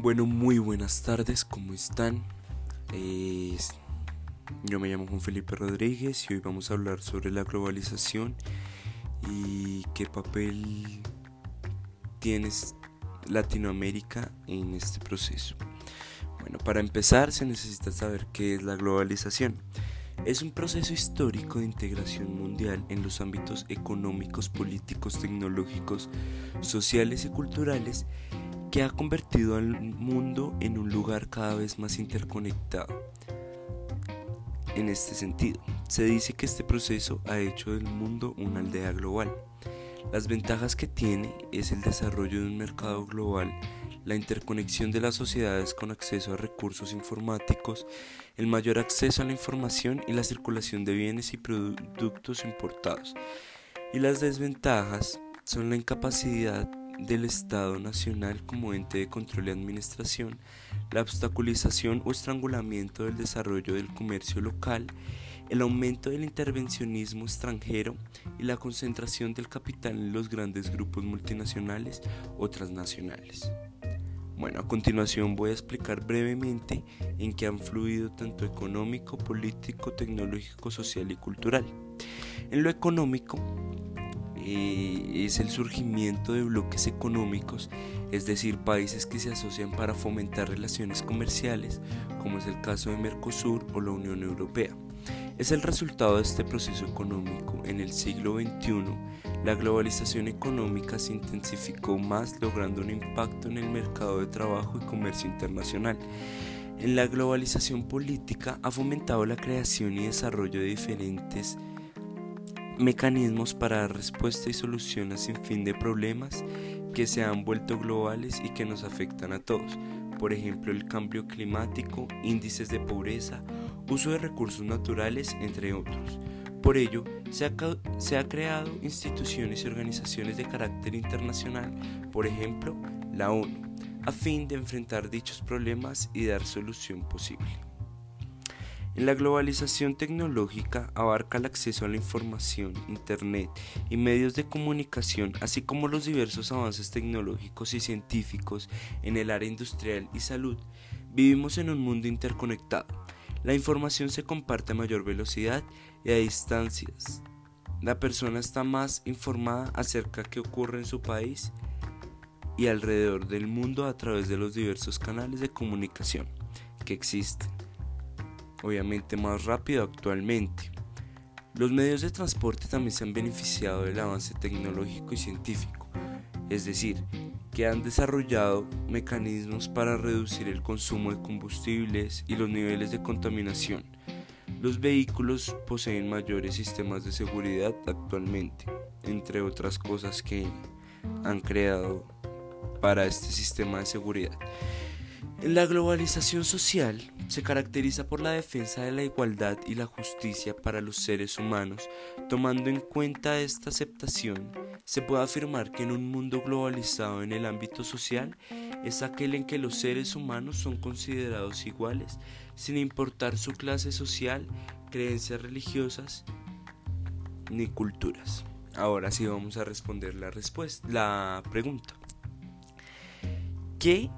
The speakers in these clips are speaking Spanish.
Bueno, muy buenas tardes, ¿cómo están? Eh, yo me llamo Juan Felipe Rodríguez y hoy vamos a hablar sobre la globalización y qué papel tiene Latinoamérica en este proceso. Bueno, para empezar se necesita saber qué es la globalización. Es un proceso histórico de integración mundial en los ámbitos económicos, políticos, tecnológicos, sociales y culturales que ha convertido al mundo en un lugar cada vez más interconectado. En este sentido, se dice que este proceso ha hecho del mundo una aldea global. Las ventajas que tiene es el desarrollo de un mercado global, la interconexión de las sociedades con acceso a recursos informáticos, el mayor acceso a la información y la circulación de bienes y productos importados. Y las desventajas son la incapacidad del Estado nacional como ente de control y administración, la obstaculización o estrangulamiento del desarrollo del comercio local, el aumento del intervencionismo extranjero y la concentración del capital en los grandes grupos multinacionales o transnacionales. Bueno, a continuación voy a explicar brevemente en qué han fluido tanto económico, político, tecnológico, social y cultural. En lo económico, es el surgimiento de bloques económicos, es decir, países que se asocian para fomentar relaciones comerciales, como es el caso de Mercosur o la Unión Europea. Es el resultado de este proceso económico. En el siglo XXI, la globalización económica se intensificó más, logrando un impacto en el mercado de trabajo y comercio internacional. En la globalización política ha fomentado la creación y desarrollo de diferentes mecanismos para dar respuesta y solución a sin fin de problemas que se han vuelto globales y que nos afectan a todos. Por ejemplo, el cambio climático, índices de pobreza, uso de recursos naturales, entre otros. Por ello, se ha creado instituciones y organizaciones de carácter internacional, por ejemplo, la ONU, a fin de enfrentar dichos problemas y dar solución posible. En la globalización tecnológica abarca el acceso a la información, internet y medios de comunicación, así como los diversos avances tecnológicos y científicos en el área industrial y salud. Vivimos en un mundo interconectado. La información se comparte a mayor velocidad y a distancias. La persona está más informada acerca de qué ocurre en su país y alrededor del mundo a través de los diversos canales de comunicación que existen. Obviamente más rápido actualmente. Los medios de transporte también se han beneficiado del avance tecnológico y científico, es decir, que han desarrollado mecanismos para reducir el consumo de combustibles y los niveles de contaminación. Los vehículos poseen mayores sistemas de seguridad actualmente, entre otras cosas que han creado para este sistema de seguridad. La globalización social se caracteriza por la defensa de la igualdad y la justicia para los seres humanos. Tomando en cuenta esta aceptación, se puede afirmar que en un mundo globalizado en el ámbito social es aquel en que los seres humanos son considerados iguales, sin importar su clase social, creencias religiosas ni culturas. Ahora sí vamos a responder la pregunta. ¿Qué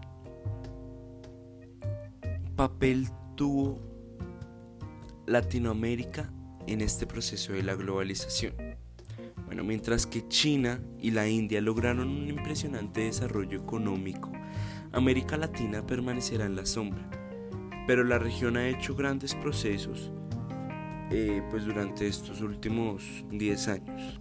papel tuvo Latinoamérica en este proceso de la globalización? Bueno, mientras que China y la India lograron un impresionante desarrollo económico, América Latina permanecerá en la sombra, pero la región ha hecho grandes procesos durante estos últimos 10 años.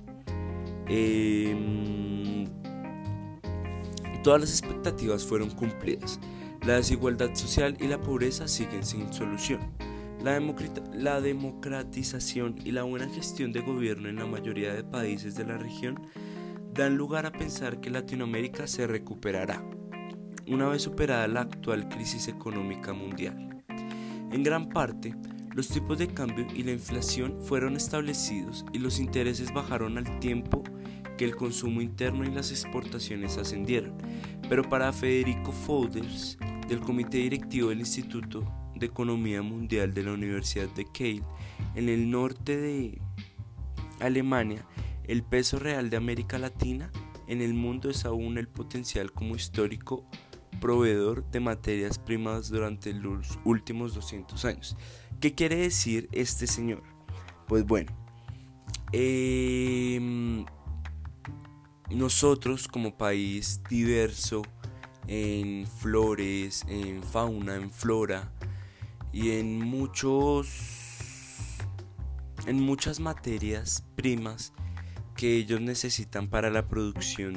Todas las expectativas fueron cumplidas. La desigualdad social y la pobreza siguen sin solución. La democratización y la buena gestión de gobierno en la mayoría de países de la región dan lugar a pensar que Latinoamérica se recuperará una vez superada la actual crisis económica mundial. En gran parte, los tipos de cambio y la inflación fueron establecidos y los intereses bajaron al tiempo que el consumo interno y las exportaciones ascendieron. Pero para Federico Föders, del Comité Directivo del Instituto de Economía Mundial de la Universidad de Kiel, en el norte de Alemania, el peso real de América Latina en el mundo es aún el potencial como histórico proveedor de materias primas durante los últimos 200 años. ¿Qué quiere decir este señor? Pues bueno, nosotros como país diverso en flores, en fauna, en flora y en muchas materias primas que ellos necesitan para la producción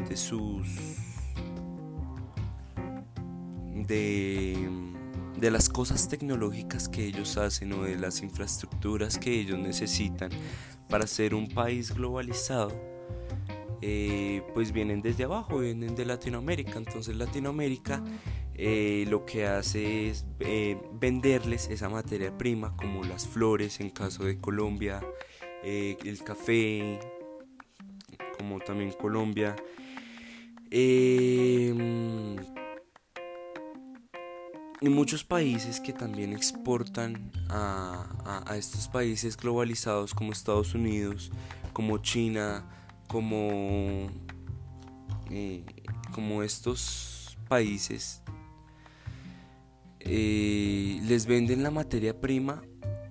de las cosas tecnológicas que ellos hacen o de las infraestructuras que ellos necesitan para ser un país globalizado, pues vienen desde abajo, vienen de Latinoamérica. Entonces Latinoamérica lo que hace es venderles esa materia prima, como las flores en caso de Colombia, el café como también Colombia, y muchos países que también exportan a estos países globalizados como Estados Unidos, como China, como estos países, les venden la materia prima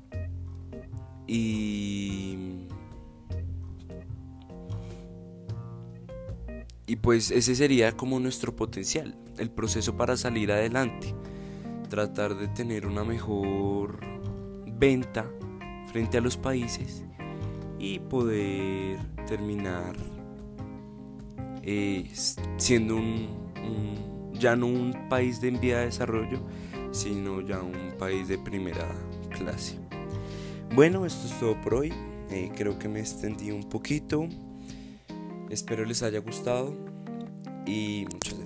y pues ese sería como nuestro potencial, el proceso para salir adelante, tratar de tener una mejor venta frente a los países y poder terminar siendo ya no un país de en vía de desarrollo, sino ya un país de primera clase. Bueno, esto es todo por hoy. Creo que me extendí un poquito. Espero les haya gustado y muchas gracias.